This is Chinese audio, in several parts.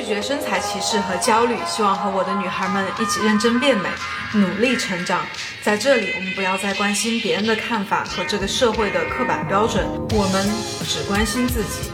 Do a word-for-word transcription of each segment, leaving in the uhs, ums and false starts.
拒绝身材歧视和焦虑，希望和我的女孩们一起认真变美，努力成长。在这里，我们不要再关心别人的看法和这个社会的刻板标准，我们只关心自己。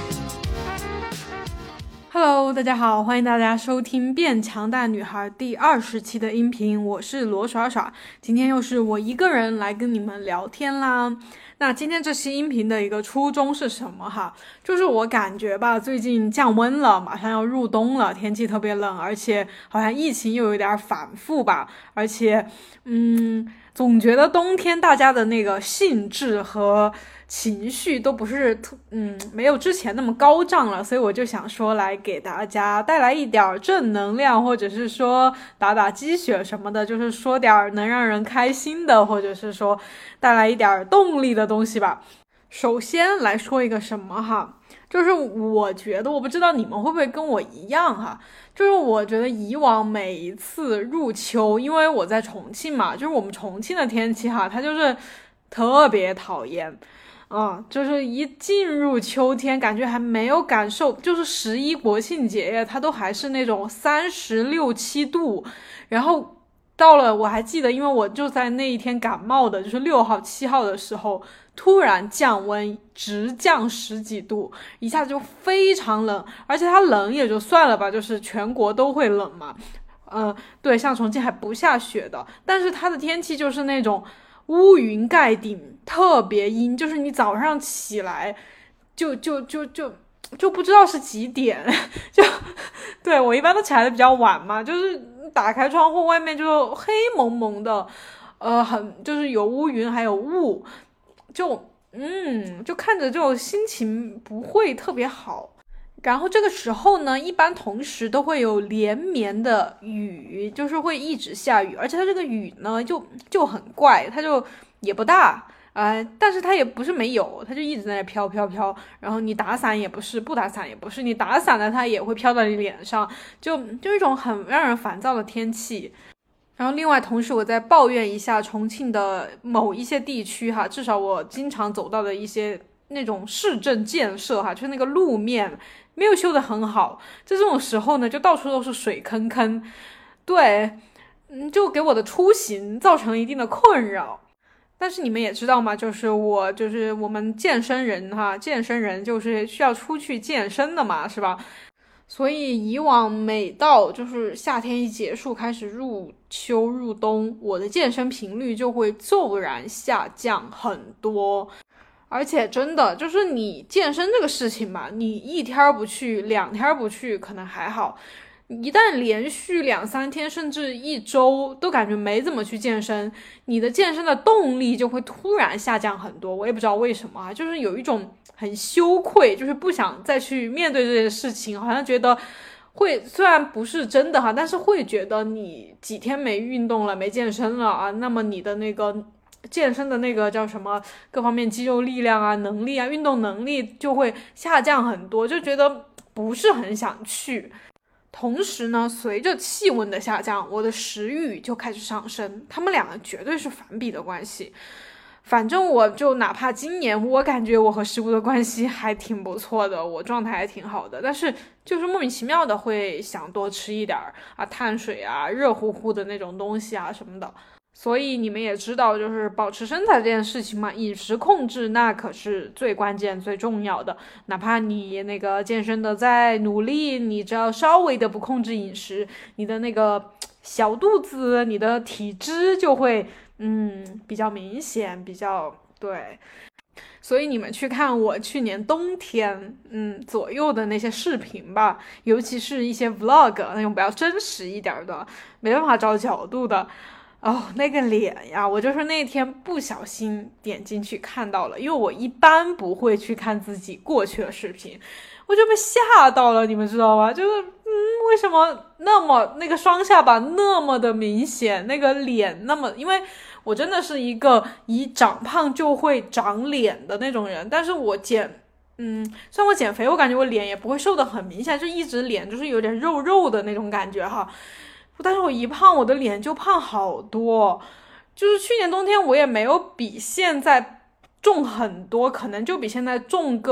Hello， 大家好，欢迎大家收听变强大女孩第二十期的音频，我是罗耍耍，今天又是我一个人来跟你们聊天啦。那今天这期音频的一个初衷是什么哈？就是我感觉吧，最近降温了，马上要入冬了，天气特别冷，而且好像疫情又有点反复吧，而且嗯，总觉得冬天大家的那个兴致和情绪都不是嗯没有之前那么高涨了，所以我就想说来给大家带来一点正能量，或者是说打打鸡血什么的，就是说点能让人开心的，或者是说带来一点动力的东西吧。首先来说一个什么哈，就是我觉得我不知道你们会不会跟我一样哈，就是我觉得以往每一次入秋，因为我在重庆嘛，就是我们重庆的天气哈，它就是特别讨厌嗯，就是一进入秋天，感觉还没有感受，就是十一国庆节它都还是那种三十六七度，然后到了我还记得，因为我就在那一天感冒的，就是六号七号的时候，突然降温，直降十几度，一下子就非常冷，而且它冷也就算了吧，就是全国都会冷嘛，呃，对，像重庆还不下雪的，但是它的天气就是那种乌云盖顶，特别阴，就是你早上起来就就就就就不知道是几点，就对我一般都起来的比较晚嘛，就是打开窗户外面就黑蒙蒙的，呃，很就是有乌云还有雾，就嗯就看着就心情不会特别好。然后这个时候呢，一般同时都会有连绵的雨，就是会一直下雨，而且它这个雨呢就就很怪，它就也不大，呃，但是它也不是没有，它就一直在那飘飘飘，然后你打伞也不是，不打伞也不是，你打伞了它也会飘到你脸上，就就一种很让人烦躁的天气。然后另外同时我再抱怨一下重庆的某一些地区哈，至少我经常走到的一些那种市政建设哈，就是那个路面没有修得很好，在这种时候呢，就到处都是水坑坑，对，嗯，就给我的出行造成了一定的困扰。但是你们也知道嘛，就是我就是我们健身人哈，健身人就是需要出去健身的嘛，是吧？所以以往每到就是夏天一结束，开始入秋入冬，我的健身频率就会骤然下降很多。而且真的就是你健身这个事情嘛，你一天不去两天不去可能还好，一旦连续两三天甚至一周都感觉没怎么去健身，你的健身的动力就会突然下降很多。我也不知道为什么啊，就是有一种很羞愧，就是不想再去面对这件事情，好像觉得会，虽然不是真的哈，但是会觉得你几天没运动了没健身了啊，那么你的那个健身的那个叫什么各方面肌肉力量啊能力啊运动能力就会下降很多，就觉得不是很想去。同时呢，随着气温的下降，我的食欲就开始上升，他们两个绝对是反比的关系。反正我就哪怕今年我感觉我和食物的关系还挺不错的，我状态还挺好的，但是就是莫名其妙的会想多吃一点啊碳水啊热乎乎的那种东西啊什么的。所以你们也知道，就是保持身材这件事情嘛，饮食控制那可是最关键最重要的。哪怕你那个健身的再努力，你只要稍微的不控制饮食，你的那个小肚子，你的体脂就会嗯比较明显，比较对。所以你们去看我去年冬天嗯左右的那些视频吧，尤其是一些 vlog 那种比较真实一点的，没办法找角度的。哦，那个脸呀，我就是那天不小心点进去看到了，因为我一般不会去看自己过去的视频，我就被吓到了，你们知道吗？就是嗯，为什么那么那个双下巴那么的明显，那个脸那么，因为我真的是一个一长胖就会长脸的那种人，但是我减嗯，虽然我减肥，我感觉我脸也不会瘦得很明显，就一直脸就是有点肉肉的那种感觉哈。但是我一胖我的脸就胖好多，就是去年冬天我也没有比现在重很多，可能就比现在重个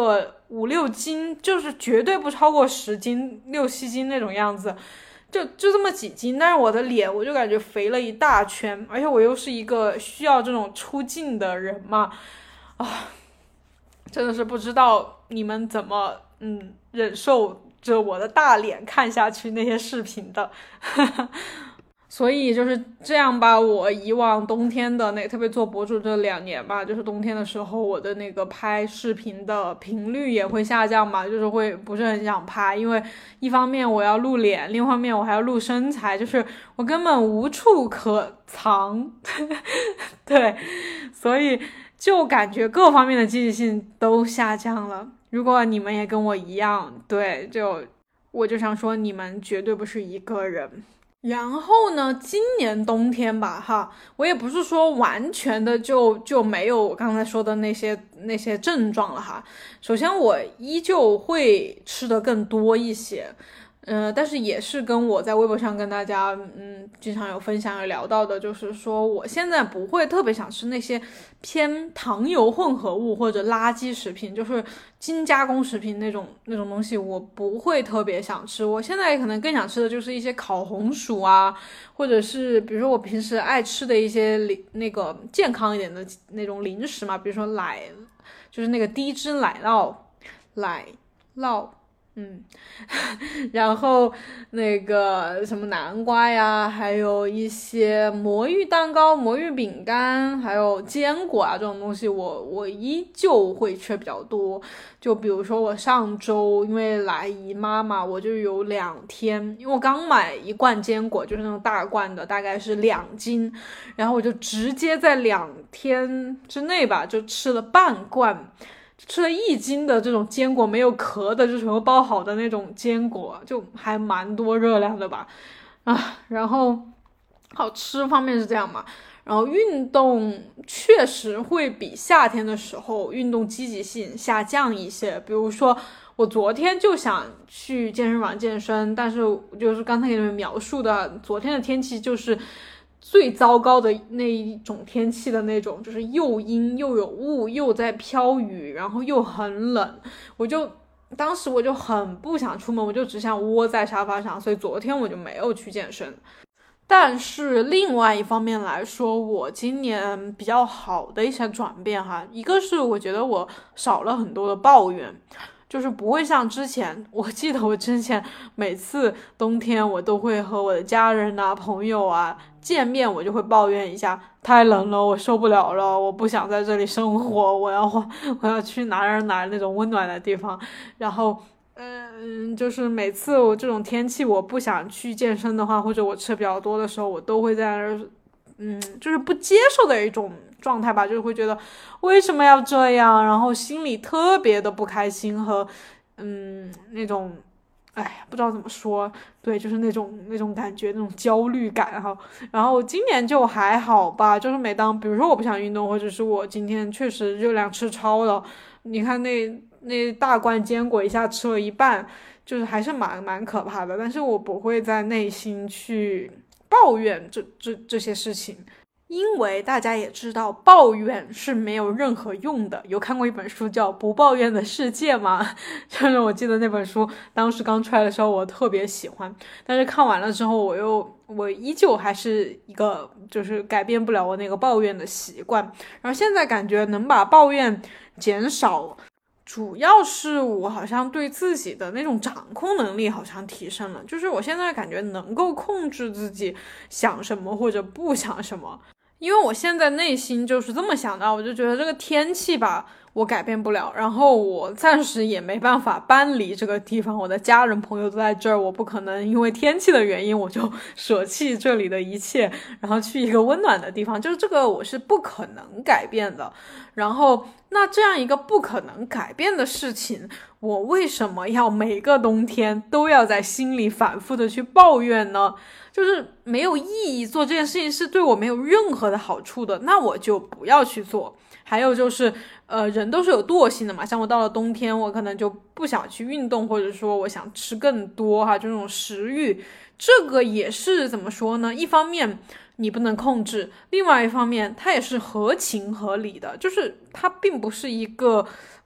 五六斤，就是绝对不超过十斤六七斤那种样子，就就这么几斤，但是我的脸我就感觉肥了一大圈，而且我又是一个需要这种出镜的人嘛，啊，真的是不知道你们怎么嗯忍受着我的大脸看下去那些视频的。所以就是这样吧，我以往冬天的那特别做博主这两年吧，就是冬天的时候我的那个拍视频的频率也会下降嘛，就是会不是很想拍，因为一方面我要露脸，另一方面我还要录身材，就是我根本无处可藏。对，所以就感觉各方面的积极性都下降了。如果你们也跟我一样，对，就我就想说你们绝对不是一个人。然后呢，今年冬天吧，哈，我也不是说完全的就就没有我刚才说的那些那些症状了哈。首先，我依旧会吃的更多一些，呃，但是也是跟我在微博上跟大家嗯经常有分享有聊到的，就是说我现在不会特别想吃那些偏糖油混合物或者垃圾食品，就是精加工食品那种那种东西，我不会特别想吃。我现在可能更想吃的就是一些烤红薯啊，或者是比如说我平时爱吃的一些零那个健康一点的那种零食嘛，比如说奶，就是那个低脂奶酪，奶酪。嗯，然后那个什么南瓜呀，还有一些魔芋蛋糕、魔芋饼干，还有坚果啊这种东西我，我依旧会吃比较多。就比如说我上周因为来姨妈嘛，我就有两天，因为我刚买一罐坚果，就是那种大罐的，大概是两斤，然后我就直接在两天之内吧，就吃了半罐。吃了一斤的这种坚果，没有壳的，就全部包好的那种坚果，就还蛮多热量的吧，啊，然后好吃方面是这样嘛，然后运动确实会比夏天的时候运动积极性下降一些，比如说我昨天就想去健身房健身，但是就是刚才给你们描述的，昨天的天气就是最糟糕的那一种天气的那种，就是又阴又有雾又在飘雨，然后又很冷，我就当时我就很不想出门，我就只想窝在沙发上，所以昨天我就没有去健身。但是另外一方面来说，我今年比较好的一些转变哈，一个是我觉得我少了很多的抱怨，就是不会像之前，我记得我之前每次冬天我都会和我的家人啊朋友啊见面，我就会抱怨一下太冷了，我受不了了，我不想在这里生活，我要我要去哪儿哪儿那种温暖的地方。然后嗯，就是每次我这种天气我不想去健身的话，或者我吃比较多的时候，我都会在那儿嗯，就是不接受的一种状态吧，就是会觉得为什么要这样，然后心里特别的不开心和嗯那种哎不知道怎么说，对，就是那种那种感觉，那种焦虑感哈。然后今年就还好吧，就是每当比如说我不想运动，或者是我今天确实热量吃超了，你看那那大罐坚果一下吃了一半，就是还是蛮蛮可怕的，但是我不会在内心去抱怨这这这些事情，因为大家也知道抱怨是没有任何用的。有看过一本书叫《不抱怨的世界》吗？就是我记得那本书当时刚出来的时候我特别喜欢，但是看完了之后我又我依旧还是一个就是改变不了我那个抱怨的习惯。然后现在感觉能把抱怨减少，主要是我好像对自己的那种掌控能力好像提升了，就是我现在感觉能够控制自己想什么或者不想什么。因为我现在内心就是这么想的，我就觉得这个天气吧我改变不了，然后我暂时也没办法搬离这个地方，我的家人朋友都在这儿，我不可能因为天气的原因我就舍弃这里的一切，然后去一个温暖的地方，就是这个我是不可能改变的。然后那这样一个不可能改变的事情，我为什么要每个冬天都要在心里反复的去抱怨呢？就是没有意义，做这件事情是对我没有任何的好处的，那我就不要去做。还有就是呃，人都是有惰性的嘛，像我到了冬天我可能就不想去运动，或者说我想吃更多哈，这种食欲，这个也是怎么说呢，一方面你不能控制，另外一方面它也是合情合理的，就是它并不是一个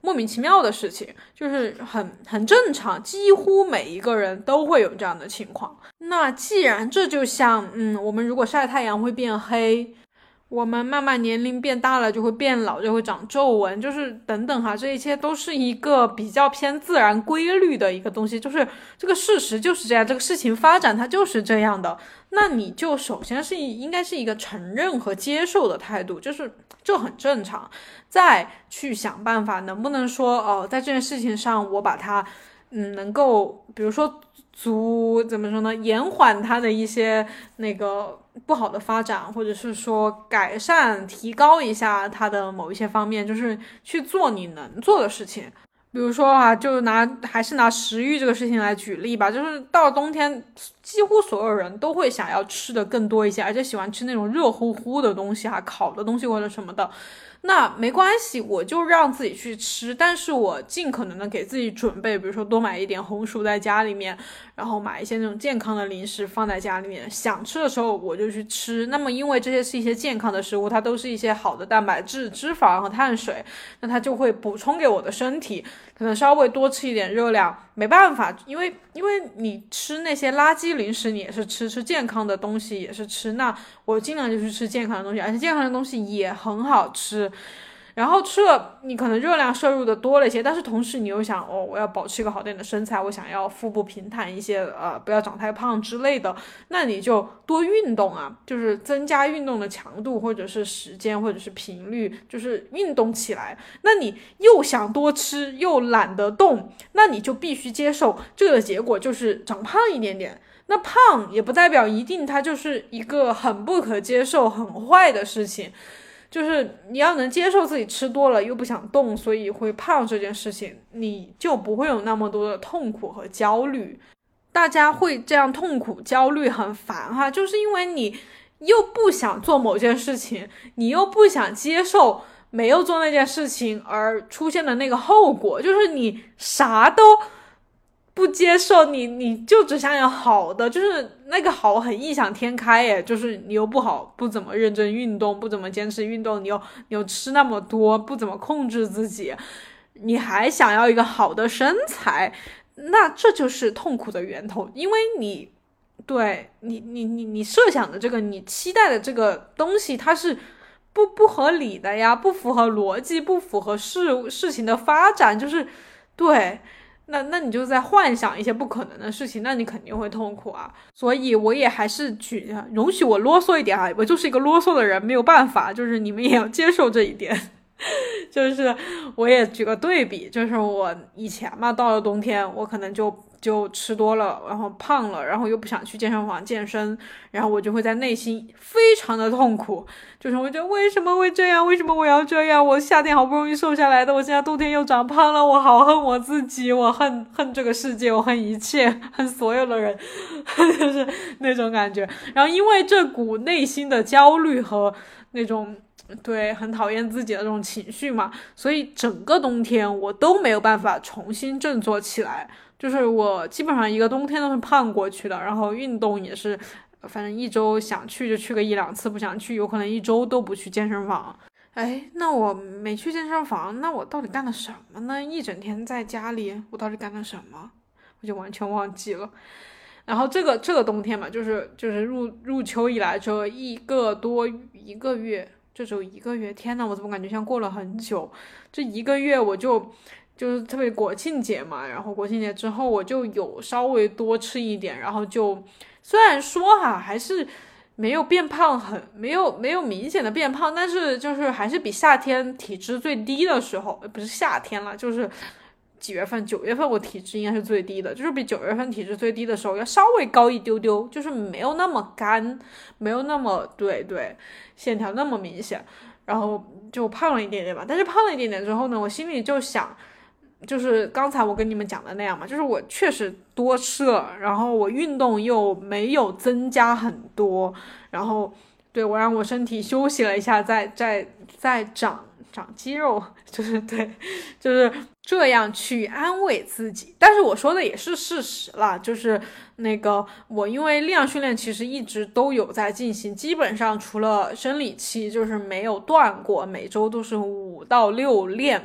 莫名其妙的事情，就是很很正常，几乎每一个人都会有这样的情况。那既然这就像嗯，我们如果晒太阳会变黑，我们慢慢年龄变大了就会变老，就会长皱纹，就是等等哈，这一切都是一个比较偏自然规律的一个东西，就是这个事实就是这样，这个事情发展它就是这样的。那你就首先是应该是一个承认和接受的态度，就是这很正常，再去想办法能不能说哦，在这件事情上我把它嗯能够比如说足怎么说呢，延缓它的一些那个不好的发展，或者是说改善提高一下它的某一些方面，就是去做你能做的事情。比如说啊，就拿还是拿食欲这个事情来举例吧，就是到了冬天几乎所有人都会想要吃的更多一些，而且喜欢吃那种热乎乎的东西啊，烤的东西或者什么的。那没关系，我就让自己去吃，但是我尽可能的给自己准备，比如说多买一点红薯在家里面，然后买一些那种健康的零食放在家里面，想吃的时候我就去吃。那么因为这些是一些健康的食物，它都是一些好的蛋白质、脂肪和碳水，那它就会补充给我的身体，可能稍微多吃一点热量。没办法，因为因为你吃那些垃圾零食，你也是吃吃健康的东西也是吃，那我尽量就去吃健康的东西，而且健康的东西也很好吃。然后吃了你可能热量摄入的多了一些，但是同时你又想哦，我要保持一个好点的身材，我想要腹部平坦一些，呃，不要长太胖之类的，那你就多运动啊，就是增加运动的强度或者是时间或者是频率，就是运动起来。那你又想多吃又懒得动，那你就必须接受这个结果就是长胖一点点。那胖也不代表一定它就是一个很不可接受很坏的事情，就是你要能接受自己吃多了又不想动，所以会胖这件事情，你就不会有那么多的痛苦和焦虑。大家会这样痛苦焦虑很烦哈，就是因为你又不想做某件事情，你又不想接受没有做那件事情而出现的那个后果，就是你啥都不接受，你你就只想要好的，就是那个好很异想天开耶，就是你又不好，不怎么认真运动，不怎么坚持运动，你又你又吃那么多，不怎么控制自己，你还想要一个好的身材，那这就是痛苦的源头。因为你对你你你你设想的这个，你期待的这个东西，它是不不合理的呀，不符合逻辑，不符合事事情的发展，就是对。那那你就在幻想一些不可能的事情，那你肯定会痛苦啊。所以我也还是举容许我啰嗦一点啊，我就是一个啰嗦的人，没有办法，就是你们也要接受这一点。就是我也举个对比，就是我以前嘛，到了冬天我可能就就吃多了，然后胖了，然后又不想去健身房健身，然后我就会在内心非常的痛苦，就是我觉得为什么会这样，为什么我要这样，我夏天好不容易瘦下来的，我现在冬天又长胖了，我好恨我自己，我恨恨这个世界，我恨一切，恨所有的人，就是那种感觉。然后因为这股内心的焦虑和那种对很讨厌自己的这种情绪嘛，所以整个冬天我都没有办法重新振作起来，就是我基本上一个冬天都是胖过去的，然后运动也是反正一周想去就去个一两次，不想去有可能一周都不去健身房。哎，那我没去健身房，那我到底干了什么呢？一整天在家里我到底干了什么，我就完全忘记了。然后这个这个冬天嘛，就是就是入入秋以来这一个多一个月，这只有一个月，天哪，我怎么感觉像过了很久？这一个月我就就是特别国庆节嘛，然后国庆节之后我就有稍微多吃一点，然后就虽然说哈还是没有变胖，很没有没有明显的变胖，但是就是还是比夏天体脂最低的时候，不是夏天了，就是几月份？九月份我体脂应该是最低的，就是比九月份体脂最低的时候要稍微高一丢丢，就是没有那么干，没有那么对对线条那么明显，然后就胖了一点点吧。但是胖了一点点之后呢，我心里就想，就是刚才我跟你们讲的那样嘛，就是我确实多吃了，然后我运动又没有增加很多，然后对我让我身体休息了一下，再再再长长肌肉，就是对，就是这样去安慰自己。但是我说的也是事实啦，就是那个我因为力量训练其实一直都有在进行，基本上除了生理期就是没有断过，每周都是五到六练。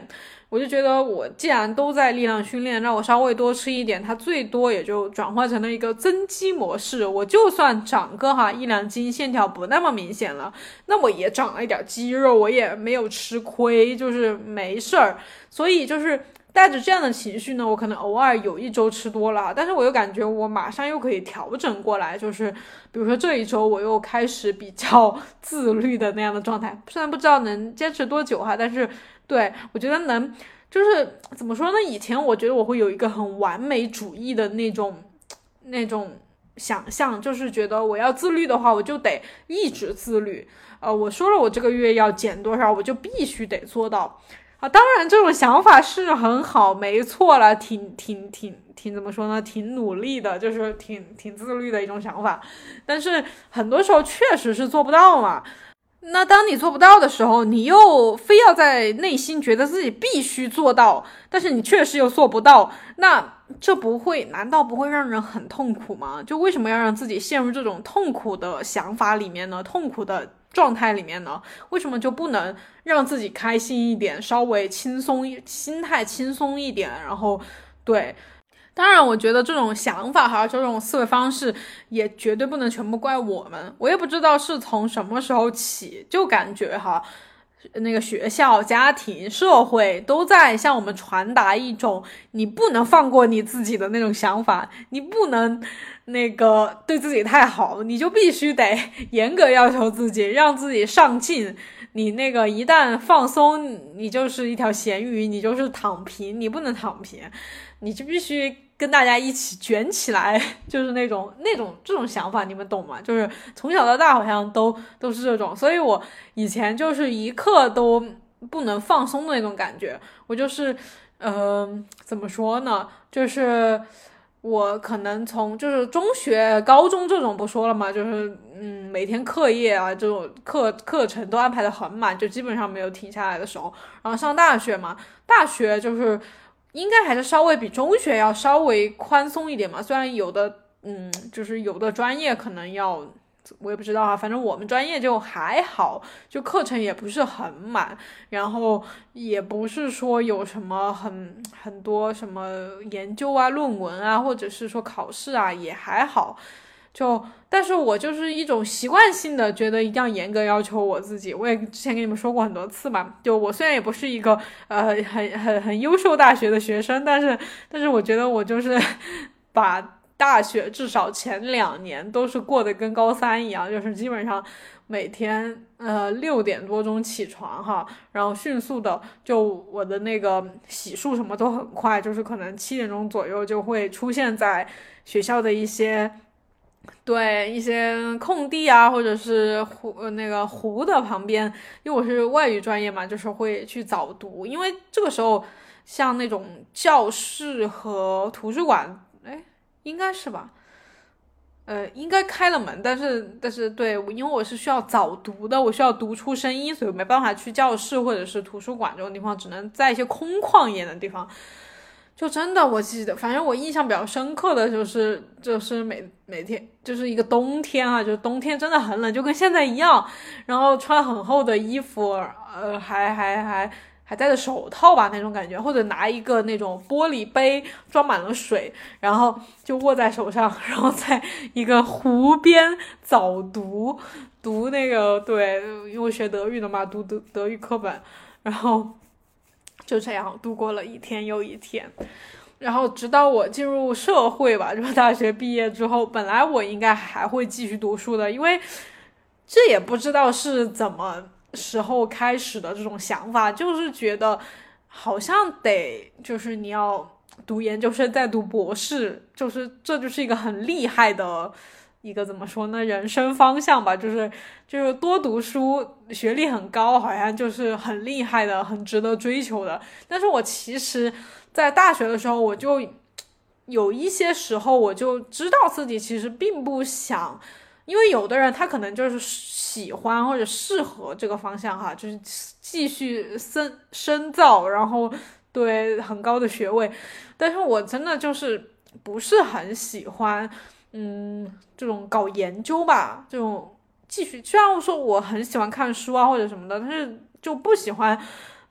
我就觉得我既然都在力量训练，让我稍微多吃一点，它最多也就转换成了一个增肌模式。我就算长个哈一两斤，线条不那么明显了，那我也长了一点肌肉，我也没有吃亏，就是没事儿。所以就是带着这样的情绪呢，我可能偶尔有一周吃多了，但是我又感觉我马上又可以调整过来，就是比如说这一周我又开始比较自律的那样的状态，虽然不知道能坚持多久哈，但是对我觉得能，就是怎么说呢，以前我觉得我会有一个很完美主义的那种那种想象，就是觉得我要自律的话我就得一直自律，呃，我说了我这个月要减多少我就必须得做到啊，当然这种想法是很好，没错了，挺挺挺挺怎么说呢，挺努力的，就是挺挺自律的一种想法，但是很多时候确实是做不到嘛。那当你做不到的时候，你又非要在内心觉得自己必须做到，但是你确实又做不到，那这不会难道不会让人很痛苦吗？就为什么要让自己陷入这种痛苦的想法里面呢？痛苦的状态里面呢？为什么就不能让自己开心一点，稍微轻松，心态轻松一点，然后对。当然我觉得这种想法哈，这种思维方式也绝对不能全部怪我们，我也不知道是从什么时候起就感觉哈，那个学校、家庭、社会都在向我们传达一种你不能放过你自己的那种想法，你不能那个对自己太好，你就必须得严格要求自己，让自己上进，你那个一旦放松，你就是一条咸鱼，你就是躺平，你不能躺平，你就必须跟大家一起卷起来，就是那种那种这种想法，你们懂吗？就是从小到大好像都都是这种，所以我以前就是一刻都不能放松的那种感觉。我就是呃怎么说呢，就是我可能从就是中学、高中这种不说了嘛，就是嗯每天课业啊这种课课程都安排的很满，就基本上没有停下来的时候。然后上大学嘛，大学就是应该还是稍微比中学要稍微宽松一点嘛，虽然有的嗯就是有的专业可能要我也不知道啊，反正我们专业就还好，就课程也不是很满，然后也不是说有什么很很多什么研究啊、论文啊，或者是说考试啊，也还好。就但是我就是一种习惯性的觉得一定要严格要求我自己，我也之前跟你们说过很多次嘛，就我虽然也不是一个呃很很很优秀大学的学生，但是但是我觉得我就是把大学至少前两年都是过得跟高三一样，就是基本上每天呃六点多钟起床哈，然后迅速的就我的那个洗漱什么都很快，就是可能七点钟左右就会出现在学校的一些对一些空地啊，或者是湖那个湖的旁边，因为我是外语专业嘛，就是会去早读，因为这个时候像那种教室和图书馆，哎，应该是吧？呃，应该开了门，但是但是对，因为我是需要早读的，我需要读出声音，所以我没办法去教室或者是图书馆这种地方，只能在一些空旷一点的地方。就真的我记得，反正我印象比较深刻的就是就是每每天就是一个冬天啊，就是冬天真的很冷，就跟现在一样，然后穿很厚的衣服，呃，还还还还戴着手套吧那种感觉，或者拿一个那种玻璃杯装满了水，然后就握在手上，然后在一个湖边早读读那个对，因为我学德语的嘛，读德德语课本，然后。就这样度过了一天又一天，然后直到我进入社会吧，就是大学毕业之后，本来我应该还会继续读书的，因为这也不知道是怎么时候开始的这种想法，就是觉得好像得就是你要读研究生再读博士，就是这就是一个很厉害的一个怎么说呢，人生方向吧，就是就是多读书，学历很高，好像就是很厉害的，很值得追求的。但是我其实，在大学的时候，我就有一些时候，我就知道自己其实并不想，因为有的人他可能就是喜欢或者适合这个方向哈，就是继续深深造，然后对很高的学位，但是我真的就是不是很喜欢。嗯，这种搞研究吧，这种继续，虽然说我很喜欢看书啊或者什么的，但是就不喜欢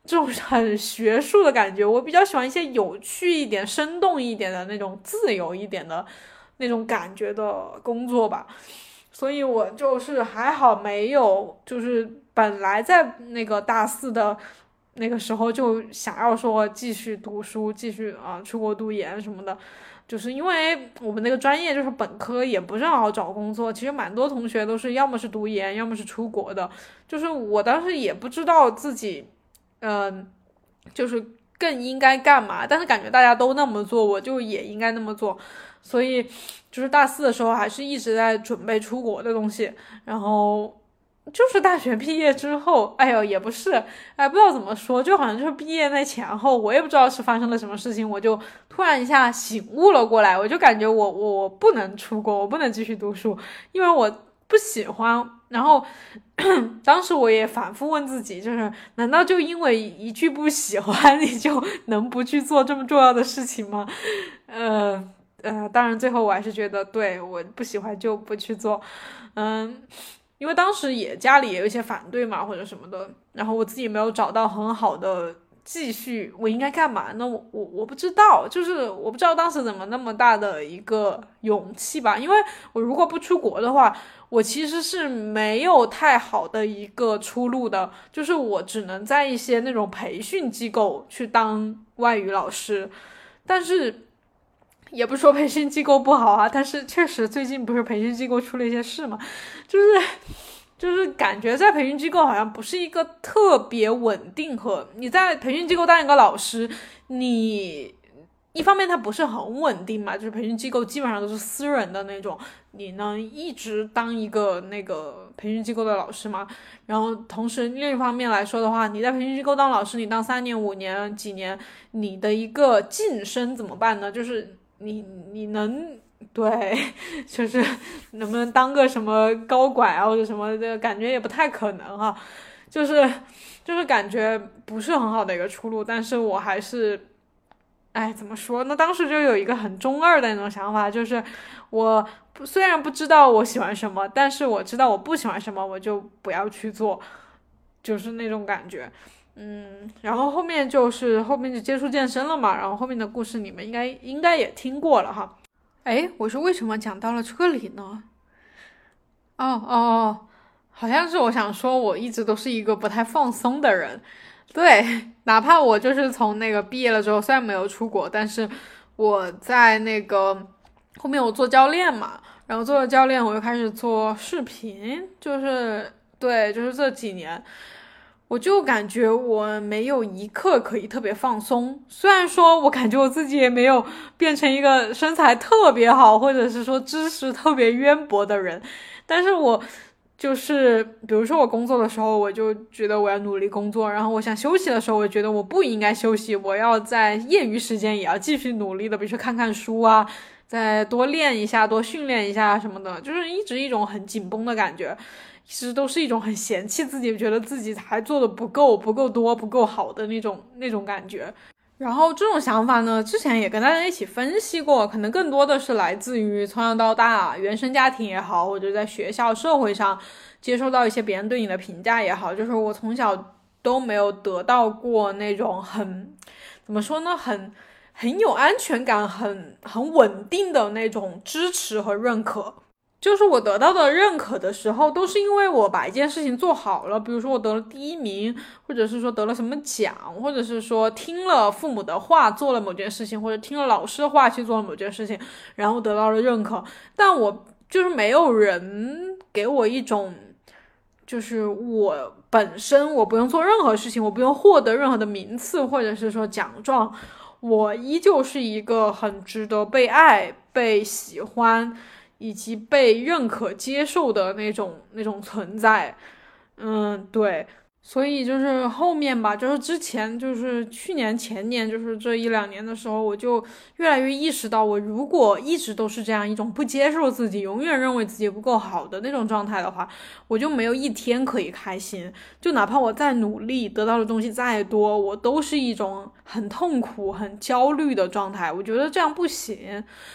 这种很学术的感觉，我比较喜欢一些有趣一点、生动一点的那种自由一点的那种感觉的工作吧。所以我就是还好没有，就是本来在那个大四的那个时候就想要说继续读书，继续啊出国读研什么的。就是因为我们那个专业就是本科也不是很好找工作，其实蛮多同学都是要么是读研，要么是出国的。就是我当时也不知道自己嗯、呃，就是更应该干嘛，但是感觉大家都那么做，我就也应该那么做。所以就是大四的时候还是一直在准备出国的东西，然后就是大学毕业之后，哎呦也不是，哎不知道怎么说，就好像就是毕业那前后，我也不知道是发生了什么事情，我就突然一下醒悟了过来，我就感觉我我我不能出国，我不能继续读书，因为我不喜欢。然后当时我也反复问自己，就是难道就因为一句不喜欢，你就能不去做这么重要的事情吗？呃呃，当然最后我还是觉得，对，我不喜欢就不去做，嗯。因为当时也家里也有一些反对嘛，或者什么的，然后我自己没有找到很好的继续，我应该干嘛呢？我我我不知道，就是我不知道当时怎么那么大的一个勇气吧。因为我如果不出国的话，我其实是没有太好的一个出路的，就是我只能在一些那种培训机构去当外语老师，但是。也不是说培训机构不好啊，但是确实最近不是培训机构出了一些事嘛，就是就是感觉在培训机构好像不是一个特别稳定，和你在培训机构当一个老师，你一方面它不是很稳定嘛，就是培训机构基本上都是私人的那种，你能一直当一个那个培训机构的老师吗？然后同时另一方面来说的话，你在培训机构当老师，你当三年五年几年，你的一个晋升怎么办呢？就是你你能对，就是能不能当个什么高管啊或者什么的，感觉也不太可能哈、啊，就是就是感觉不是很好的一个出路。但是我还是，哎，怎么说呢？当时就有一个很中二的那种想法，就是我虽然不知道我喜欢什么，但是我知道我不喜欢什么，我就不要去做，就是那种感觉。嗯，然后后面就是后面就接触健身了嘛，然后后面的故事你们应该应该也听过了哈。哎，我是为什么讲到了这里呢？哦哦哦，好像是我想说，我一直都是一个不太放松的人。对，哪怕我就是从那个毕业了之后，虽然没有出国，但是我在那个后面我做教练嘛，然后做了教练，我又开始做视频，就是对，就是这几年。我就感觉我没有一刻可以特别放松，虽然说我感觉我自己也没有变成一个身材特别好，或者是说知识特别渊博的人，但是我就是比如说我工作的时候，我就觉得我要努力工作，然后我想休息的时候，我觉得我不应该休息，我要在业余时间也要继续努力的，比如说看看书啊，再多练一下，多训练一下什么的，就是一直一种很紧绷的感觉。其实都是一种很嫌弃自己，觉得自己还做的不够、不够多、不够好的那种那种感觉。然后这种想法呢，之前也跟大家一起分析过，可能更多的是来自于从小到大原生家庭也好，或者在学校、社会上接受到一些别人对你的评价也好，就是我从小都没有得到过那种很怎么说呢，很很有安全感、很很稳定的那种支持和认可。就是我得到的认可的时候，都是因为我把一件事情做好了，比如说我得了第一名，或者是说得了什么奖，或者是说听了父母的话做了某件事情，或者听了老师的话去做了某件事情，然后得到了认可。但我就是没有人给我一种，就是我本身我不用做任何事情，我不用获得任何的名次或者是说奖状，我依旧是一个很值得被爱、被喜欢以及被认可接受的那种那种存在。嗯，对，所以就是后面吧，就是之前就是去年前年就是这一两年的时候，我就越来越意识到，我如果一直都是这样一种不接受自己，永远认为自己不够好的那种状态的话，我就没有一天可以开心，就哪怕我再努力得到的东西再多，我都是一种很痛苦很焦虑的状态，我觉得这样不行。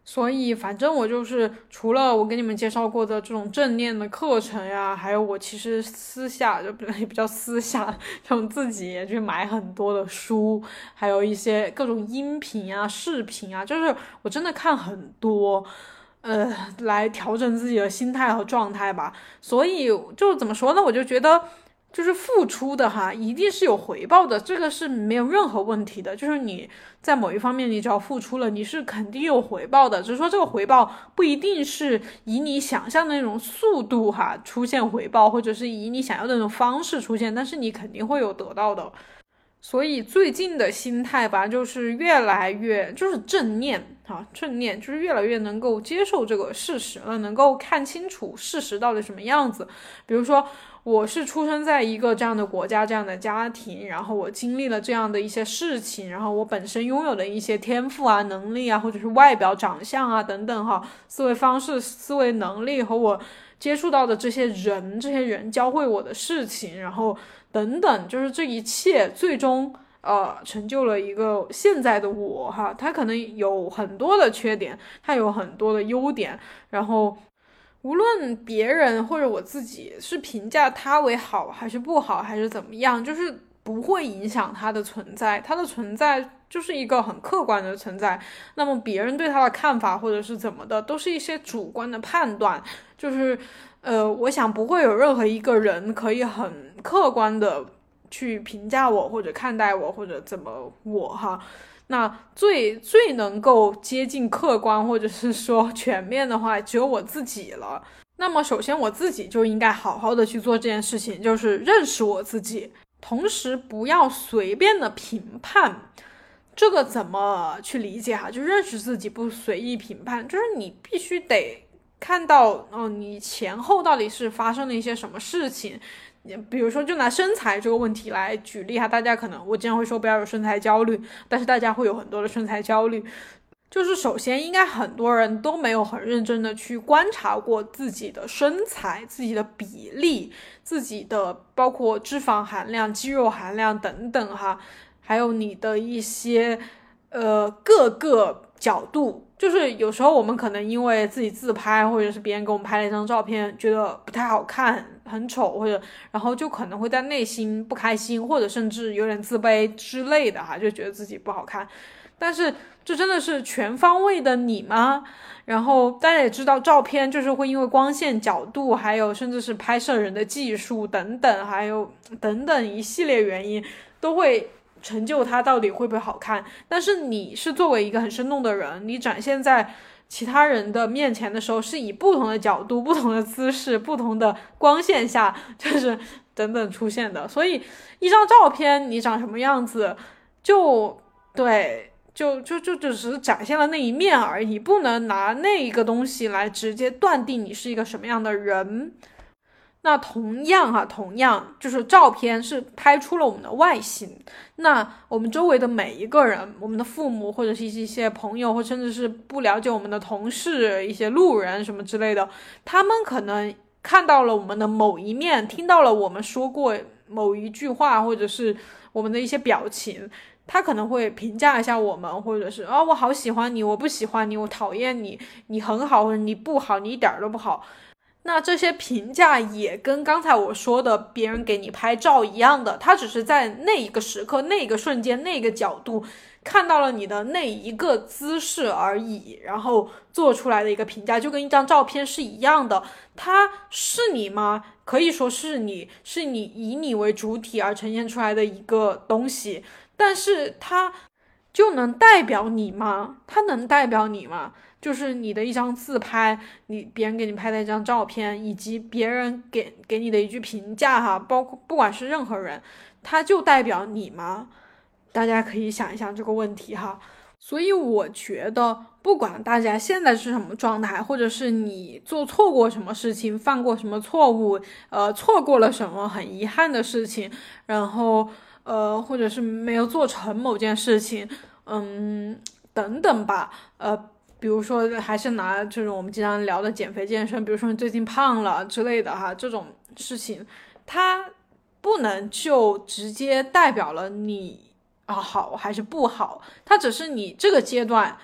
所以反正我就是除了我给你们介绍过的这种正念的课程呀，还有我其实私下就也比较私下，这种自己也去买很多的书，还有一些各种音频啊、视频啊，就是我真的看很多。呃，来调整自己的心态和状态吧。所以就怎么说呢？我就觉得，就是付出的哈，一定是有回报的，这个是没有任何问题的。就是你在某一方面，你只要付出了，你是肯定有回报的。只是说这个回报不一定是以你想象的那种速度哈出现回报，或者是以你想要的那种方式出现，但是你肯定会有得到的。所以最近的心态吧，就是越来越就是正念啊，正念就是越来越能够接受这个事实了，能够看清楚事实到底什么样子。比如说，我是出生在一个这样的国家、这样的家庭，然后我经历了这样的一些事情，然后我本身拥有的一些天赋啊、能力啊，或者是外表、长相啊等等哈，思维方式、思维能力和我接触到的这些人，这些人教会我的事情，然后等等，就是这一切最终呃成就了一个现在的我哈。他可能有很多的缺点，他有很多的优点，然后无论别人或者我自己是评价他为好还是不好还是怎么样，就是不会影响他的存在，他的存在就是一个很客观的存在。那么别人对他的看法或者是怎么的，都是一些主观的判断，就是呃，我想不会有任何一个人可以很客观的去评价我或者看待我或者怎么我哈。那最最能够接近客观或者是说全面的话，只有我自己了。那么首先我自己就应该好好的去做这件事情，就是认识我自己，同时不要随便的评判。这个怎么去理解哈？就认识自己，不随意评判，就是你必须得看到，哦，你前后到底是发生了一些什么事情。比如说就拿身材这个问题来举例哈，大家可能我经常会说不要有身材焦虑，但是大家会有很多的身材焦虑。就是首先应该很多人都没有很认真的去观察过自己的身材、自己的比例、自己的包括脂肪含量、肌肉含量等等哈，还有你的一些呃各个角度。就是有时候我们可能因为自己自拍，或者是别人给我们拍了一张照片觉得不太好看，很丑，或者然后就可能会在内心不开心，或者甚至有点自卑之类的哈，就觉得自己不好看。但是这真的是全方位的你吗？然后大家也知道，照片就是会因为光线角度，还有甚至是拍摄人的技术等等，还有等等一系列原因，都会成就它到底会不会好看。但是你是作为一个很生动的人，你展现在其他人的面前的时候，是以不同的角度、不同的姿势、不同的光线下，就是等等出现的。所以一张照片你长什么样子，就对就就就只是展现了那一面而已，不能拿那一个东西来直接断定你是一个什么样的人。那同样哈，同样就是照片是拍出了我们的外形，那我们周围的每一个人，我们的父母或者是一些朋友，或甚至是不了解我们的同事、一些路人什么之类的，他们可能看到了我们的某一面，听到了我们说过某一句话，或者是我们的一些表情，他可能会评价一下我们，或者是啊、哦，我好喜欢你，我不喜欢你，我讨厌你，你很好，或者你不好，你一点都不好。那这些评价也跟刚才我说的别人给你拍照一样的，他只是在那一个时刻、那个瞬间、那个角度看到了你的那一个姿势而已，然后做出来的一个评价，就跟一张照片是一样的。它是你吗？可以说是你，是你以你为主体而呈现出来的一个东西，但是它就能代表你吗？它能代表你吗？就是你的一张自拍，你别人给你拍的一张照片，以及别人给给你的一句评价哈，包括不管是任何人，它就代表你吗？大家可以想一想这个问题哈。所以我觉得不管大家现在是什么状态，或者是你做错过什么事情，犯过什么错误，呃，错过了什么很遗憾的事情，然后呃，或者是没有做成某件事情，嗯，等等吧，呃。比如说还是拿这种我们经常聊的减肥健身，比如说你最近胖了之类的哈，这种事情它不能就直接代表了你啊好还是不好，它只是你这个阶段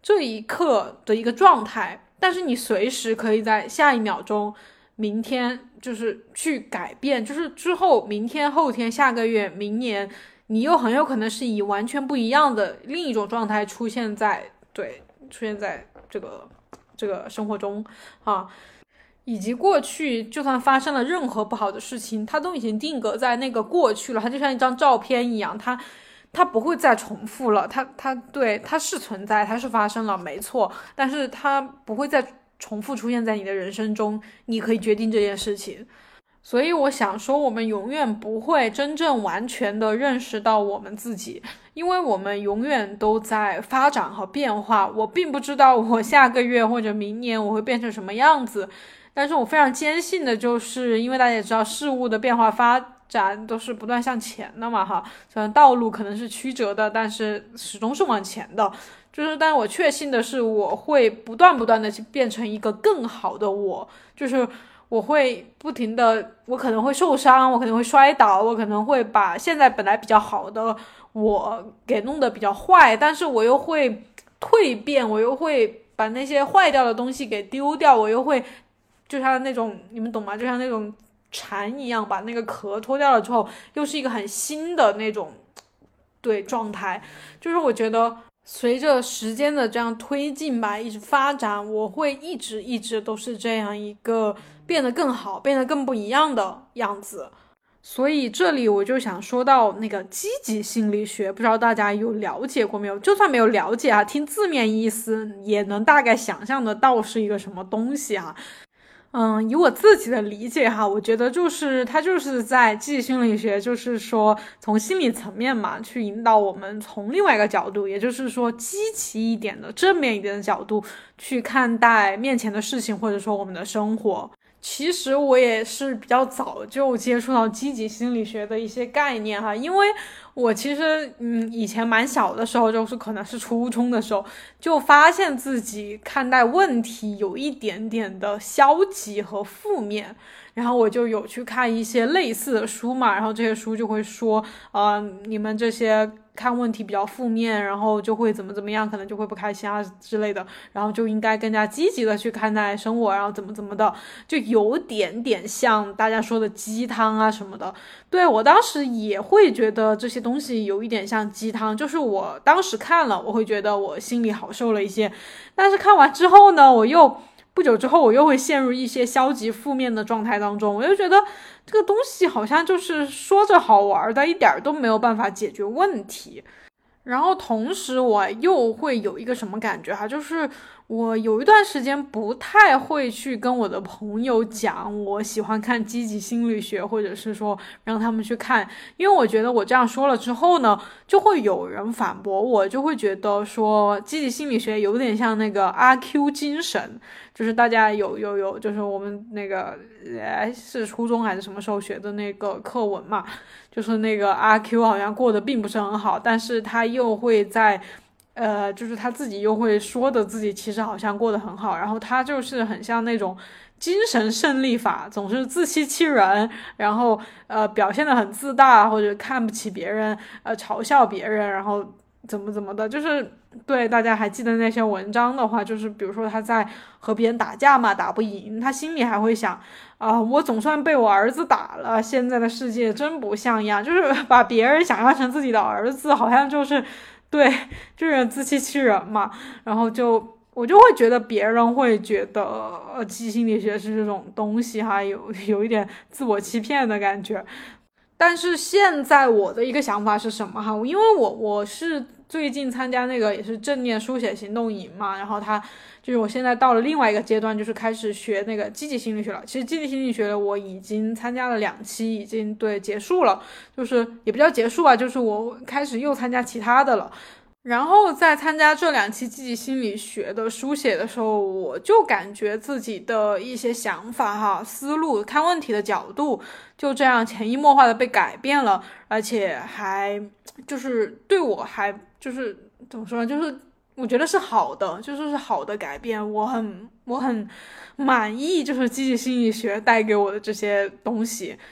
这一刻的一个状态，但是你随时可以在下一秒钟明天就是去改变，就是之后明天后天下个月明年你又很有可能是以完全不一样的另一种状态出现在对出现在这个这个生活中啊，以及过去就算发生了任何不好的事情，它都已经定格在那个过去了，它就像一张照片一样，它它不会再重复了，它它对它是存在，它是发生了没错，但是它不会再重复出现在你的人生中，你可以决定这件事情。所以我想说，我们永远不会真正完全的认识到我们自己，因为我们永远都在发展和变化。我并不知道我下个月或者明年我会变成什么样子，但是我非常坚信的就是，因为大家也知道事物的变化发展都是不断向前的嘛哈，虽然道路可能是曲折的，但是始终是往前的。就是但是我确信的是，我会不断不断的去变成一个更好的我，就是我会不停的，我可能会受伤，我可能会摔倒，我可能会把现在本来比较好的我给弄得比较坏，但是我又会蜕变，我又会把那些坏掉的东西给丢掉，我又会就像那种你们懂吗，就像那种蝉一样，把那个壳脱掉了之后又是一个很新的那种对状态。就是我觉得随着时间的这样推进吧，一直发展，我会一直一直都是这样一个变得更好变得更不一样的样子。所以这里我就想说到那个积极心理学，不知道大家有了解过没有，就算没有了解啊，听字面意思也能大概想象得到是一个什么东西啊。嗯，以我自己的理解哈，我觉得就是它就是在积极心理学，就是说从心理层面嘛，去引导我们从另外一个角度，也就是说积极一点的正面一点的角度去看待面前的事情，或者说我们的生活。其实我也是比较早就接触到积极心理学的一些概念哈，因为我其实嗯以前蛮小的时候，就是可能是初中的时候，就发现自己看待问题有一点点的消极和负面，然后我就有去看一些类似的书嘛，然后这些书就会说呃你们这些看问题比较负面，然后就会怎么怎么样，可能就会不开心啊之类的，然后就应该更加积极的去看待生活，然后怎么怎么的，就有点点像大家说的鸡汤啊什么的。对，我当时也会觉得这些东西有一点像鸡汤，就是我当时看了我会觉得我心里好受了一些，但是看完之后呢，我又不久之后我又会陷入一些消极负面的状态当中，我就觉得这个东西好像就是说着好玩的，一点都没有办法解决问题。然后同时我又会有一个什么感觉哈，就是我有一段时间不太会去跟我的朋友讲我喜欢看积极心理学，或者是说让他们去看，因为我觉得我这样说了之后呢，就会有人反驳我，就会觉得说积极心理学有点像那个阿 Q 精神，就是大家有有有就是我们那个哎是初中还是什么时候学的那个课文嘛，就是那个阿 Q 好像过得并不是很好，但是他又会在呃，就是他自己又会说的自己其实好像过得很好，然后他就是很像那种精神胜利法，总是自欺欺人，然后呃表现得很自大，或者看不起别人，呃嘲笑别人，然后怎么怎么的，就是对大家还记得那些文章的话，就是比如说他在和别人打架嘛，打不赢，他心里还会想啊、呃，我总算被我儿子打了，现在的世界真不像样，就是把别人想象成自己的儿子，好像就是对，就是自欺欺人嘛，然后就我就会觉得别人会觉得呃，积极心理学是这种东西哈，有有一点自我欺骗的感觉。但是现在我的一个想法是什么哈？因为我我是最近参加那个也是正念书写行动营嘛，然后他就是我现在到了另外一个阶段，就是开始学那个积极心理学了。其实积极心理学我已经参加了两期，已经对结束了，就是也不叫结束啊，就是我开始又参加其他的了。然后在参加这两期积极心理学的书写的时候，我就感觉自己的一些想法哈、思路、看问题的角度就这样潜移默化的被改变了，而且还就是对我还就是怎么说呢，就是我觉得是好的，就是是好的改变，我很我很满意，就是积极心理学带给我的这些东西。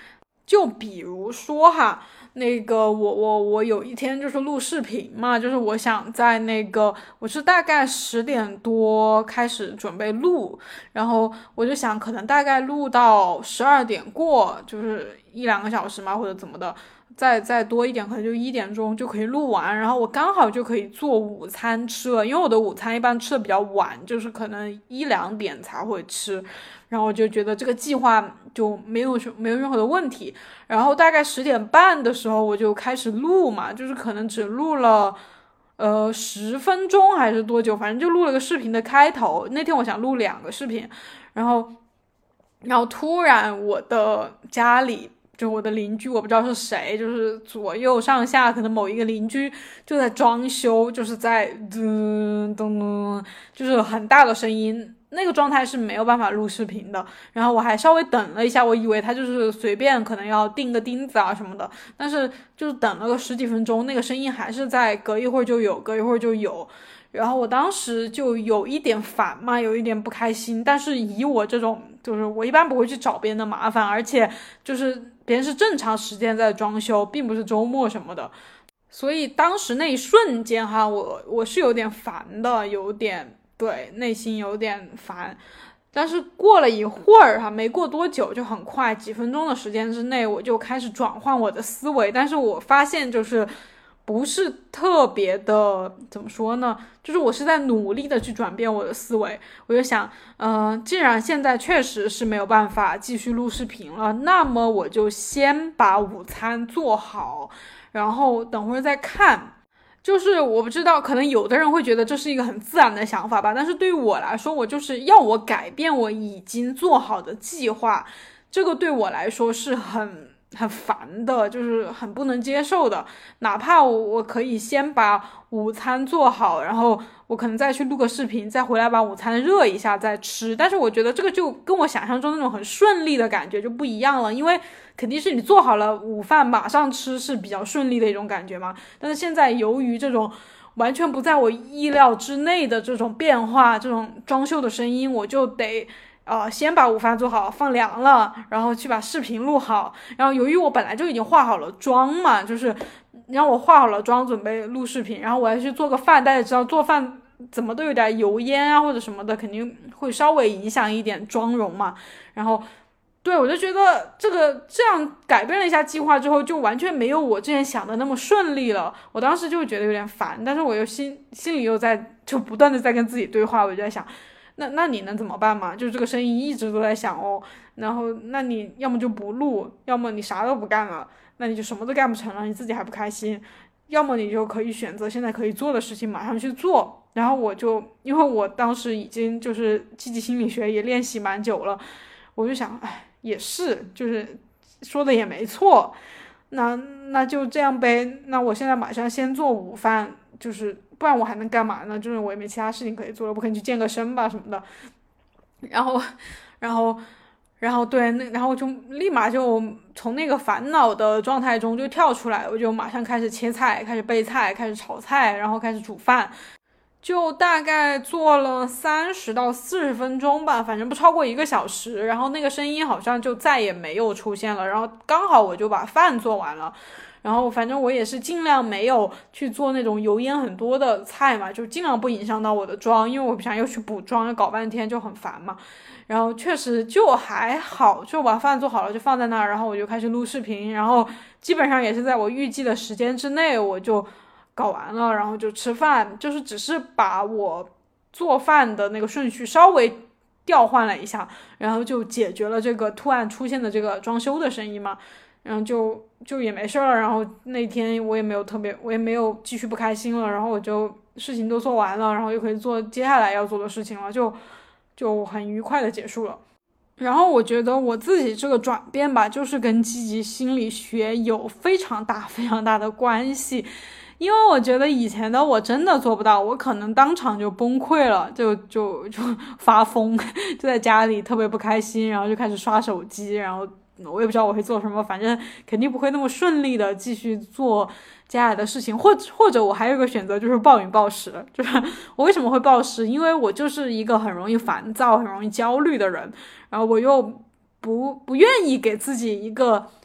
就比如说哈，那个我我我有一天就是录视频嘛，就是我想在那个我是大概十点多开始准备录，然后我就想可能大概录到十二点过，就是一两个小时嘛，或者怎么的，再再多一点可能就一点钟就可以录完，然后我刚好就可以做午餐吃了，因为我的午餐一般吃的比较晚，就是可能一两点才会吃，然后我就觉得这个计划就没有没有任何的问题。然后大概十点半的时候我就开始录嘛，就是可能只录了呃十分钟还是多久，反正就录了个视频的开头。那天我想录两个视频，然后然后突然我的家里就我的邻居，我不知道是谁，就是左右上下可能某一个邻居就在装修，就是在噔噔噔，就是很大的声音，那个状态是没有办法录视频的。然后我还稍微等了一下，我以为他就是随便可能要钉个钉子啊什么的，但是就是等了个十几分钟，那个声音还是在隔一会儿就有，隔一会儿就有。然后我当时就有一点烦嘛，有一点不开心，但是以我这种就是我一般不会去找别人的麻烦，而且就是别人是正常时间在装修，并不是周末什么的，所以当时那一瞬间哈，我我是有点烦的，有点对内心有点烦。但是过了一会儿哈，没过多久，就很快几分钟的时间之内，我就开始转换我的思维，但是我发现就是不是特别的怎么说呢，就是我是在努力的去转变我的思维。我就想嗯、呃，既然现在确实是没有办法继续录视频了，那么我就先把午餐做好，然后等会儿再看。就是我不知道，可能有的人会觉得这是一个很自然的想法吧，但是对于我来说，我就是要我改变我已经做好的计划，这个对我来说是很很烦的，就是很不能接受的。哪怕我我可以先把午餐做好，然后我可能再去录个视频，再回来把午餐热一下再吃，但是我觉得这个就跟我想象中那种很顺利的感觉就不一样了，因为肯定是你做好了午饭马上吃是比较顺利的一种感觉嘛。但是现在由于这种完全不在我意料之内的这种变化，这种装修的声音，我就得呃，先把午饭做好放凉了，然后去把视频录好。然后由于我本来就已经化好了妆嘛，就是让我化好了妆准备录视频，然后我还去做个饭，大家知道做饭怎么都有点油烟啊或者什么的，肯定会稍微影响一点妆容嘛。然后对，我就觉得这个这样改变了一下计划之后，就完全没有我之前想的那么顺利了。我当时就觉得有点烦，但是我又心心里又在就不断的在跟自己对话，我就在想那那你能怎么办嘛？就是这个声音一直都在响哦，然后那你要么就不录，要么你啥都不干了，那你就什么都干不成了，你自己还不开心，要么你就可以选择现在可以做的事情马上去做。然后我就因为我当时已经就是积极心理学也练习蛮久了，我就想哎也是，就是说的也没错，那那就这样呗，那我现在马上先做午饭，就是不然我还能干嘛呢？就是我也没其他事情可以做了，不可能去健个身吧什么的。然后，然后，然后对，那然后就立马就从那个烦恼的状态中就跳出来，我就马上开始切菜，开始备菜，开始炒菜，然后开始煮饭。就大概做了三十到四十分钟吧，反正不超过一个小时。然后那个声音好像就再也没有出现了。然后刚好我就把饭做完了。然后反正我也是尽量没有去做那种油烟很多的菜嘛，就尽量不影响到我的妆，因为我不想又去补妆，又搞半天就很烦嘛。然后确实就还好，就把饭做好了就放在那儿，然后我就开始录视频，然后基本上也是在我预计的时间之内我就搞完了，然后就吃饭，就是只是把我做饭的那个顺序稍微调换了一下，然后就解决了这个突然出现的这个装修的声音嘛。然后就就也没事了，然后那天我也没有特别，我也没有继续不开心了，然后我就事情都做完了，然后又可以做接下来要做的事情了，就就很愉快的结束了。然后我觉得我自己这个转变吧，就是跟积极心理学有非常大非常大的关系，因为我觉得以前的我真的做不到，我可能当场就崩溃了，就就就发疯，就在家里特别不开心，然后就开始刷手机，然后我也不知道我会做什么，反正肯定不会那么顺利的继续做接下来的事情，或者或者我还有一个选择就是暴饮暴食。就是我为什么会暴食，因为我就是一个很容易烦躁很容易焦虑的人，然后我又不不愿意给自己一个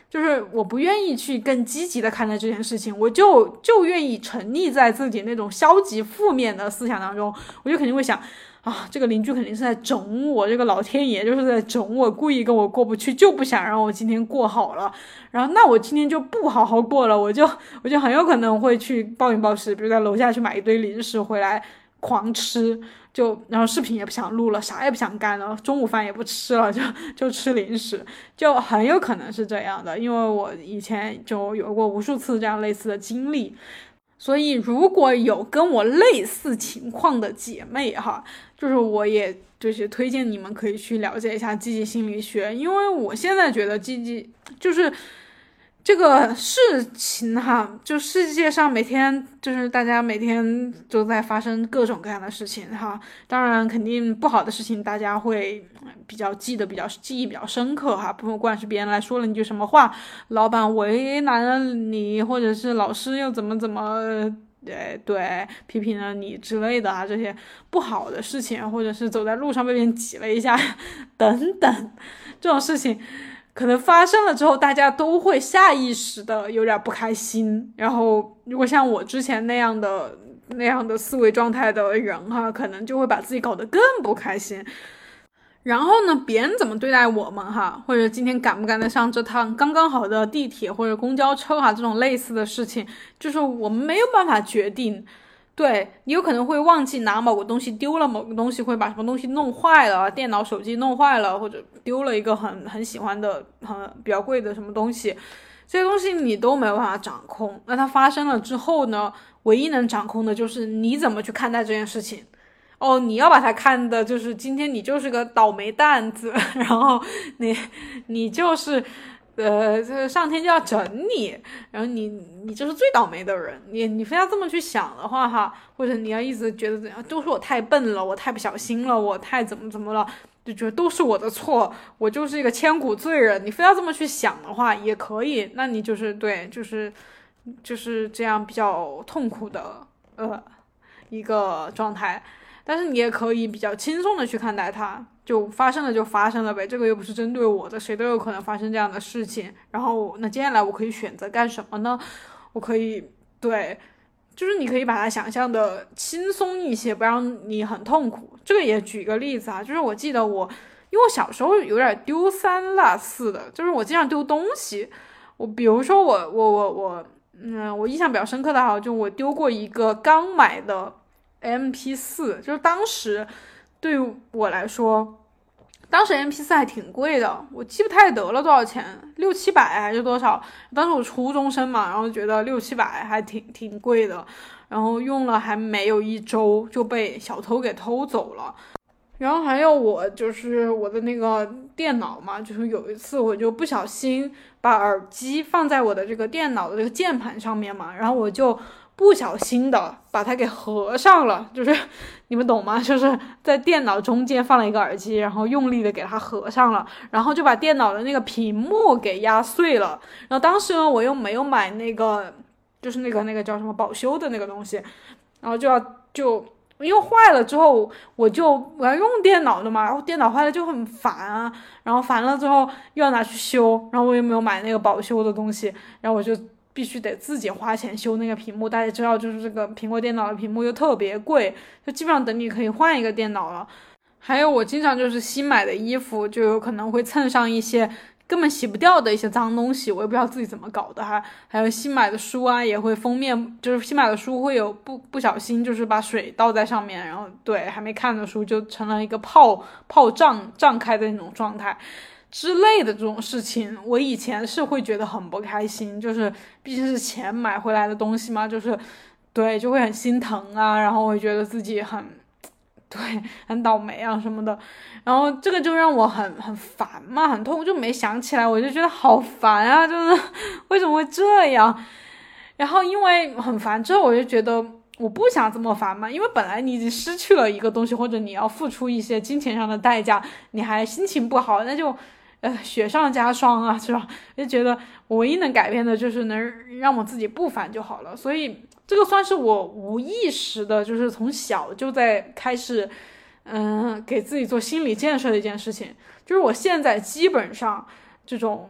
就是我不愿意去更积极的看待这件事情，我就就愿意沉溺在自己那种消极负面的思想当中，我就肯定会想啊，这个邻居肯定是在整我，这个老天爷就是在整我，故意跟我过不去，就不想让我今天过好了。然后那我今天就不好好过了，我就我就很有可能会去暴饮暴食，比如在楼下去买一堆零食回来狂吃，就然后视频也不想录了，啥也不想干了，中午饭也不吃了，就就吃零食，就很有可能是这样的，因为我以前就有过无数次这样类似的经历。所以如果有跟我类似情况的姐妹哈，就是我也就是推荐你们可以去了解一下积极心理学，因为我现在觉得积极就是这个事情哈，就世界上每天就是大家每天都在发生各种各样的事情哈，当然肯定不好的事情大家会比较记得比较记忆比较深刻哈，不管是别人来说了你句什么话，老板为难了你，或者是老师又怎么怎么对对批评了你之类的啊，这些不好的事情，或者是走在路上被别人挤了一下等等，这种事情可能发生了之后大家都会下意识的有点不开心，然后如果像我之前那样的那样的思维状态的人哈，可能就会把自己搞得更不开心。然后呢，别人怎么对待我们哈，或者今天赶不赶得上这趟刚刚好的地铁或者公交车哈，这种类似的事情就是我们没有办法决定。对，你有可能会忘记拿某个东西，丢了某个东西，会把什么东西弄坏了，电脑手机弄坏了，或者丢了一个很很喜欢的很比较贵的什么东西，这些东西你都没有办法掌控。那它发生了之后呢，唯一能掌控的就是你怎么去看待这件事情。哦，你要把它看的就是今天你就是个倒霉蛋子，然后你你就是呃，这上天就要整你，然后你你就是最倒霉的人。你你非要这么去想的话哈，或者你要一直觉得怎样，都是我太笨了，我太不小心了，我太怎么怎么了，就觉得都是我的错，我就是一个千古罪人。你非要这么去想的话也可以，那你就是对，就是就是这样比较痛苦的呃一个状态。但是你也可以比较轻松的去看待它，就发生了就发生了呗，这个又不是针对我的，谁都有可能发生这样的事情。然后那接下来我可以选择干什么呢？我可以对，就是你可以把它想象的轻松一些，不让你很痛苦。这个也举个例子啊，就是我记得我因为我小时候有点丢三落四的，就是我经常丢东西。我比如说我我我我嗯，我印象比较深刻的哈，就我丢过一个刚买的M P 四， 就是当时对我来说，当时 M P 四 还挺贵的，我记不太得了多少钱，六七百还是多少。当时我初中生嘛，然后觉得六七百还挺挺贵的，然后用了还没有一周就被小偷给偷走了。然后还有我就是我的那个电脑嘛，就是有一次我就不小心把耳机放在我的这个电脑的这个键盘上面嘛，然后我就不小心的把它给合上了，就是你们懂吗？就是在电脑中间放了一个耳机，然后用力的给它合上了，然后就把电脑的那个屏幕给压碎了。然后当时呢，我又没有买那个就是那个那个叫什么保修的那个东西，然后就要就因为坏了之后，我就我要用电脑的嘛，然后电脑坏了就很烦啊，然后烦了之后又要拿去修，然后我也没有买那个保修的东西，然后我就必须得自己花钱修那个屏幕。大家知道就是这个苹果电脑的屏幕又特别贵，就基本上等你可以换一个电脑了。还有我经常就是新买的衣服就有可能会蹭上一些根本洗不掉的一些脏东西，我也不知道自己怎么搞的哈。还有新买的书啊，也会封面就是新买的书会有不不小心就是把水倒在上面，然后对还没看的书就成了一个泡泡胀胀开的那种状态之类的这种事情，我以前是会觉得很不开心，就是毕竟是钱买回来的东西嘛，就是对就会很心疼啊，然后会觉得自己很对很倒霉啊什么的，然后这个就让我很很烦嘛，很痛，就没想起来，我就觉得好烦啊，就是为什么会这样？然后因为很烦之后，我就觉得我不想这么烦嘛，因为本来你已经失去了一个东西，或者你要付出一些金钱上的代价，你还心情不好，那就呃雪上加霜啊，是吧？就觉得我唯一能改变的就是能让我自己不烦就好了，所以这个算是我无意识的，就是从小就在开始嗯、呃，给自己做心理建设的一件事情。就是我现在基本上这种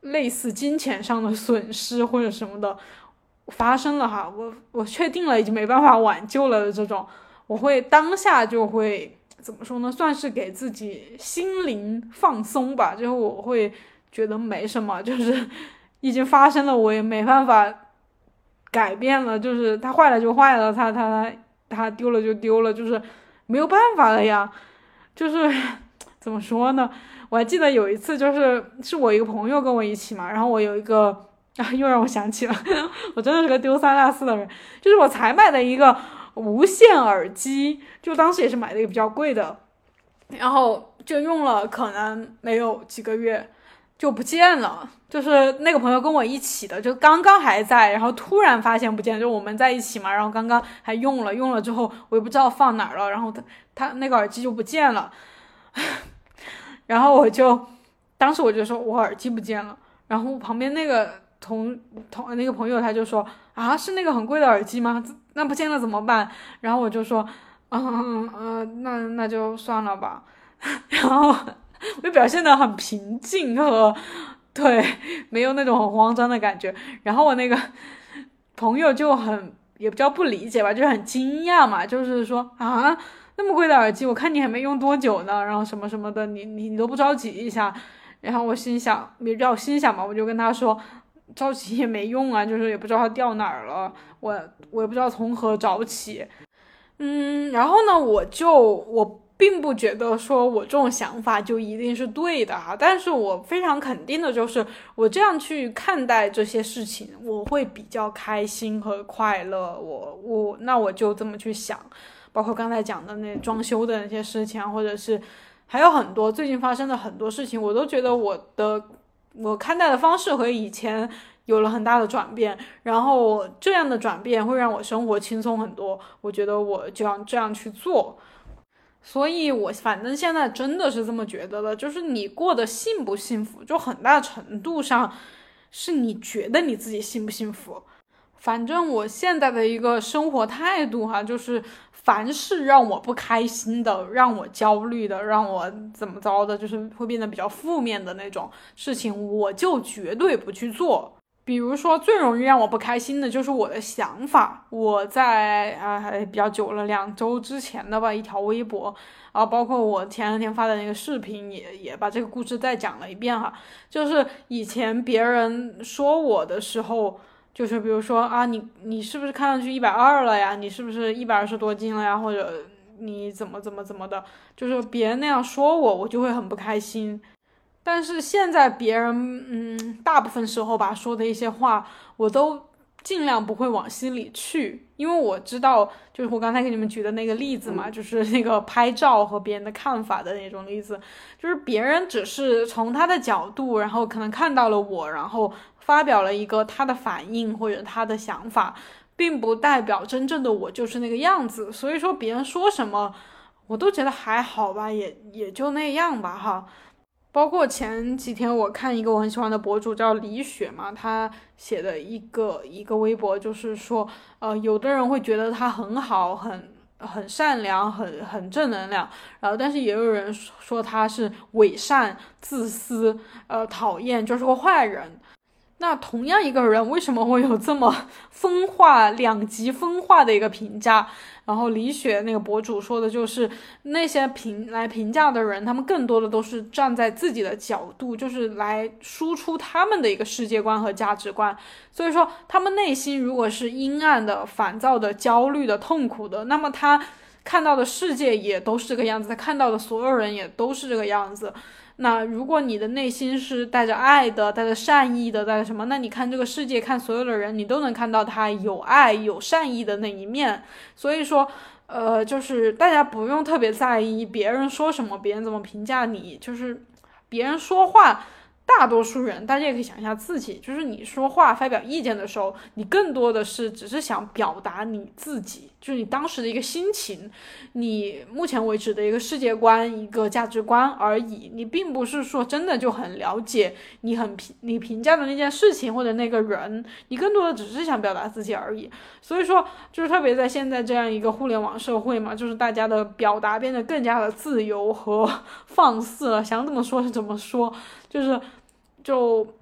类似金钱上的损失或者什么的发生了哈，我我确定了已经没办法挽救了的这种，我会当下就会怎么说呢，算是给自己心灵放松吧，就是我会觉得没什么，就是已经发生了，我也没办法改变了，就是它坏了就坏了，它它它丢了就丢了，就是没有办法了呀。就是怎么说呢，我还记得有一次，就是是我一个朋友跟我一起嘛，然后我有一个啊，又让我想起了我真的是个丢三落四的人，就是我才买的一个无线耳机，就当时也是买的一个比较贵的，然后就用了可能没有几个月就不见了，就是那个朋友跟我一起的，就刚刚还在，然后突然发现不见，就我们在一起嘛，然后刚刚还用了，用了之后我也不知道放哪儿了，然后他他那个耳机就不见了，然后我就当时我就说我耳机不见了，然后旁边那个同同那个朋友他就说啊，是那个很贵的耳机吗？那不见了怎么办？然后我就说嗯嗯嗯，那那就算了吧，然后我就表现得很平静和对，没有那种很慌张的感觉。然后我那个朋友就很也不叫不理解吧，就很惊讶嘛，就是说啊，那么贵的耳机，我看你还没用多久呢，然后什么什么的，你你你都不着急一下。然后我心想，也叫我心想嘛，我就跟他说，着急也没用啊，就是也不知道它掉哪儿了，我我也不知道从何找起。嗯，然后呢，我就我并不觉得说我这种想法就一定是对的哈，但是我非常肯定的就是我这样去看待这些事情，我会比较开心和快乐。我我那我就这么去想，包括刚才讲的那装修的那些事情，或者是还有很多最近发生的很多事情，我都觉得我的我看待的方式和以前有了很大的转变，然后这样的转变会让我生活轻松很多，我觉得我就要这样去做。所以我反正现在真的是这么觉得的，就是你过得幸不幸福，就很大程度上是你觉得你自己幸不幸福。反正我现在的一个生活态度哈，就是凡是让我不开心的，让我焦虑的，让我怎么着的，就是会变得比较负面的那种事情，我就绝对不去做。比如说最容易让我不开心的就是我的想法，我在啊还比较久了，两周之前的吧一条微博啊，包括我前两天发的那个视频也也把这个故事再讲了一遍哈。就是以前别人说我的时候，就是比如说啊你你是不是看上去一百二了呀，你是不是一百二十多斤了呀，或者你怎么怎么怎么的，就是别人那样说我，我就会很不开心。但是现在别人嗯大部分时候吧说的一些话，我都尽量不会往心里去，因为我知道就是我刚才给你们举的那个例子嘛，就是那个拍照和别人的看法的那种例子，就是别人只是从他的角度，然后可能看到了我，然后发表了一个他的反应或者他的想法，并不代表真正的我就是那个样子。所以说别人说什么我都觉得还好吧，也也就那样吧哈。包括前几天我看一个我很喜欢的博主叫李雪嘛，他写的一个一个微博，就是说呃有的人会觉得他很好，很很善良，很很正能量，然后但是也有人说他是伪善、自私，呃讨厌，就是个坏人。那同样一个人为什么会有这么分化两极分化的一个评价？然后李雪那个博主说的就是那些评来评价的人，他们更多的都是站在自己的角度，就是来输出他们的一个世界观和价值观。所以说他们内心如果是阴暗的、烦躁的、焦虑的、痛苦的，那么他看到的世界也都是这个样子，他看到的所有人也都是这个样子。那如果你的内心是带着爱的，带着善意的，带着什么，那你看这个世界，看所有的人，你都能看到他有爱有善意的那一面。所以说呃，就是大家不用特别在意别人说什么，别人怎么评价你，就是别人说话，大多数人大家也可以想一下自己，就是你说话发表意见的时候，你更多的是只是想表达你自己，就是你当时的一个心情，你目前为止的一个世界观，一个价值观而已，你并不是说真的就很了解你很评你评价的那件事情或者那个人，你更多的只是想表达自己而已。所以说就是特别在现在这样一个互联网社会嘛，就是大家的表达变得更加的自由和放肆了，想怎么说是怎么说，就是就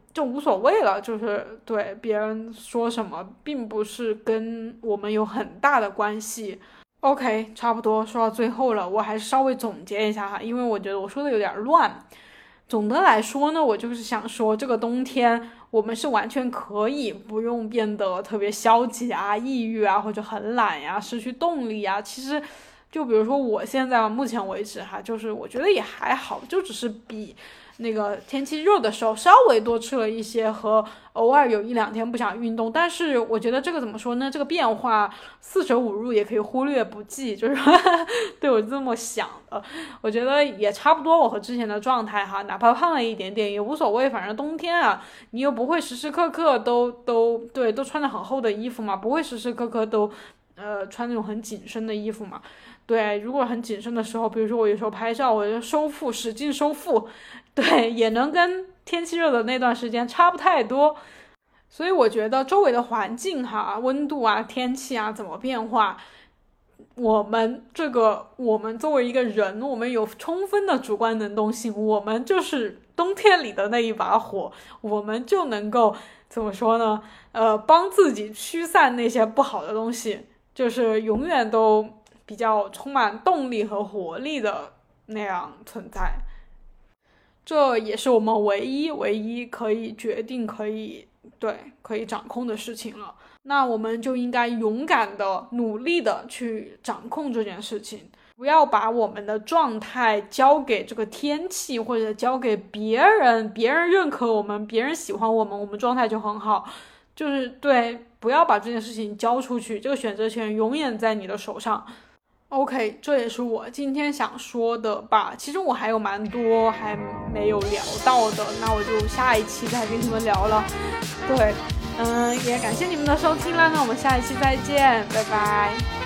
就无所谓了，就是对别人说什么并不是跟我们有很大的关系。OK， 差不多说到最后了，我还是稍微总结一下哈，因为我觉得我说的有点乱。总的来说呢，我就是想说这个冬天我们是完全可以不用变得特别消极啊、抑郁啊，或者很懒呀、失去动力啊。其实就比如说我现在目前为止哈，就是我觉得也还好，就只是比那个天气热的时候稍微多吃了一些，和偶尔有一两天不想运动。但是我觉得这个怎么说呢，这个变化四舍五入也可以忽略不计，就是对我这么想的。我觉得也差不多，我和之前的状态哈，哪怕胖了一点点也无所谓，反正冬天啊，你又不会时时刻刻都都对都穿着很厚的衣服嘛，不会时时刻刻都呃穿那种很紧身的衣服嘛。对，如果很紧身的时候，比如说我有时候拍照，我就收腹，使劲收腹，对，也能跟天气热的那段时间差不太多。所以我觉得周围的环境哈，温度啊、天气啊怎么变化，我们这个我们作为一个人，我们有充分的主观能动性，我们就是冬天里的那一把火，我们就能够怎么说呢？呃，帮自己驱散那些不好的东西，就是永远都比较充满动力和活力的那样存在。这也是我们唯一唯一可以决定可以对可以掌控的事情了。那我们就应该勇敢的努力的去掌控这件事情，不要把我们的状态交给这个天气，或者交给别人，别人认可我们，别人喜欢我们，我们状态就很好。就是对，不要把这件事情交出去，这个选择权永远在你的手上。OK， 这也是我今天想说的吧。其实我还有蛮多还没有聊到的，那我就下一期再跟你们聊了。对，嗯，也感谢你们的收听啦，那我们下一期再见，拜拜。